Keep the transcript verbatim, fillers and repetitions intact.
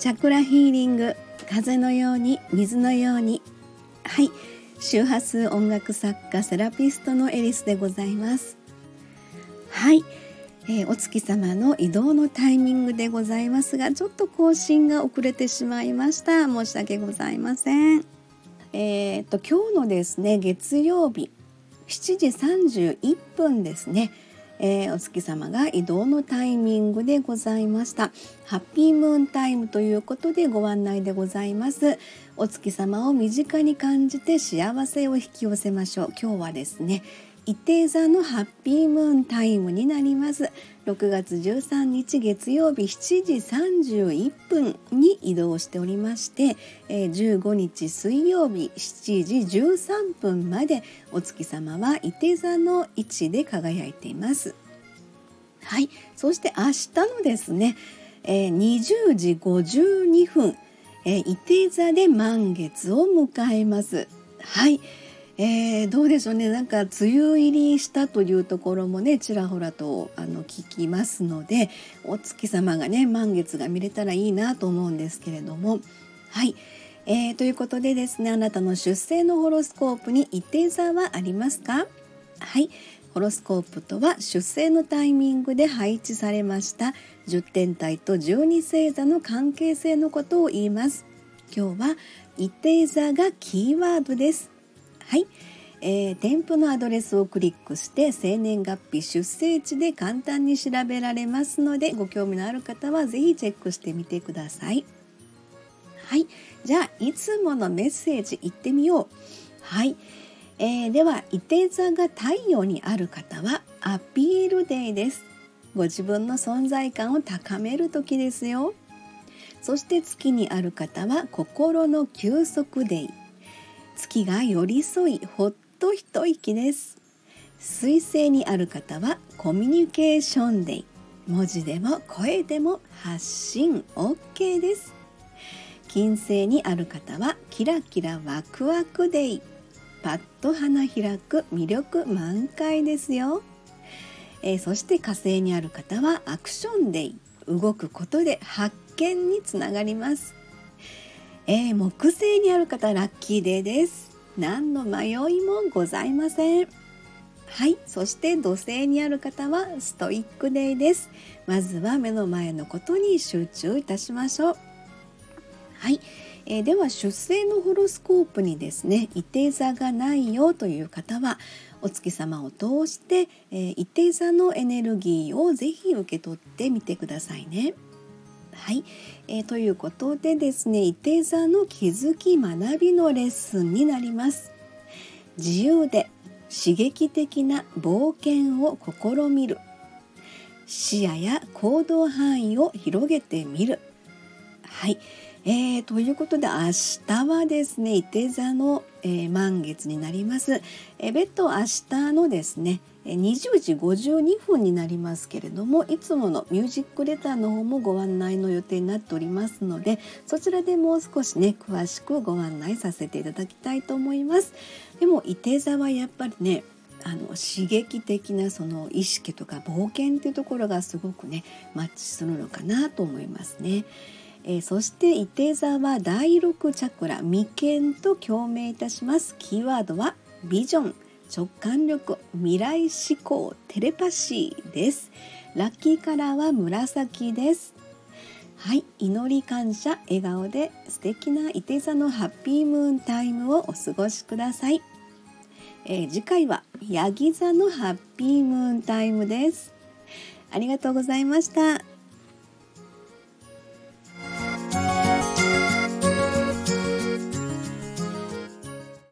チャクラヒーリング、風のように水のように。はい、周波数音楽作家セラピストのエリスでございます。はい、えー、お月様の移動のタイミングでございますが、ちょっと更新が遅れてしまいました。申し訳ございません。えー、と今日のですね、月曜日しちじさんじゅういっぷんですね、えー、お月様が移動のタイミングでございました。ハッピームーンタイムということでご案内でございます。お月様を身近に感じて幸せを引き寄せましょう。今日はですね、いて座のハッピームーンタイムになります。ろくがつじゅうさんにち月曜日しちじさんじゅういっぷんに移動しておりまして、えー、じゅうごにち水曜日しちじじゅうさんぷんまでお月様はいて座の位置で輝いています。はい、そして明日のですね、えー、にじゅうじごじゅうにふん、えー、いて座で満月を迎えます。はい、えー、どうでしょうね、なんか梅雨入りしたというところもね、ちらほらとあの聞きますので、お月様がね満月が見れたらいいなと思うんですけれども、はい、えー、ということでですね、あなたの出生のホロスコープにいて座はありますか？はい、ホロスコープとは出生のタイミングで配置されましたじゅってん体とじゅうに星座の関係性のことを言います。今日はいて座がキーワードです。はい、えー、添付のアドレスをクリックして生年月日出生地で簡単に調べられますので、ご興味のある方はぜひチェックしてみてください。はい、じゃあいつものメッセージいってみよう。はい、えー、ではいて座が太陽にある方はアピールデーです。ご自分の存在感を高める時ですよ。そして月にある方は心の休息デー、月が寄り添いほっと一息です。水星にある方はコミュニケーションデー、文字でも声でも発信 OK です。金星にある方はキラキラワクワクデー、パッと花開く魅力満開ですよ。えー、そして火星にある方はアクションデー、動くことで発見につながります。えー、木星にある方はラッキーデーです。何の迷いもございません。はい、そして土星にある方はストイックデーです。まずは目の前のことに集中いたしましょう。はい、えー、では出生のホロスコープにですね、いて座がないよという方はお月様を通して、えー、いて座のエネルギーをぜひ受け取ってみてくださいね。はい、えー、ということでですね、いて座の気づき学びのレッスンになります。自由で刺激的な冒険を試みる、視野や行動範囲を広げてみる。はい、えー、ということで明日はですね、いて座の、えー、満月になります。えー、別途明日のですねにじゅうじごじゅうにふんになりますけれども、いつものミュージックレターの方もご案内の予定になっておりますので、そちらでもう少しね詳しくご案内させていただきたいと思います。でもいて座はやっぱりね、あの刺激的なその意識とか冒険っていうところがすごくねマッチするのかなと思いますね。えー、そしていて座はだいろくチャクラ眉間と共鳴いたします。キーワードはビジョン、直感力、未来思考、テレパシーです。ラッキーカラーは紫です。はい、祈り感謝笑顔で素敵ないて座のハッピームーンタイムをお過ごしください。えー、次回はヤギ座のハッピームーンタイムです。ありがとうございました。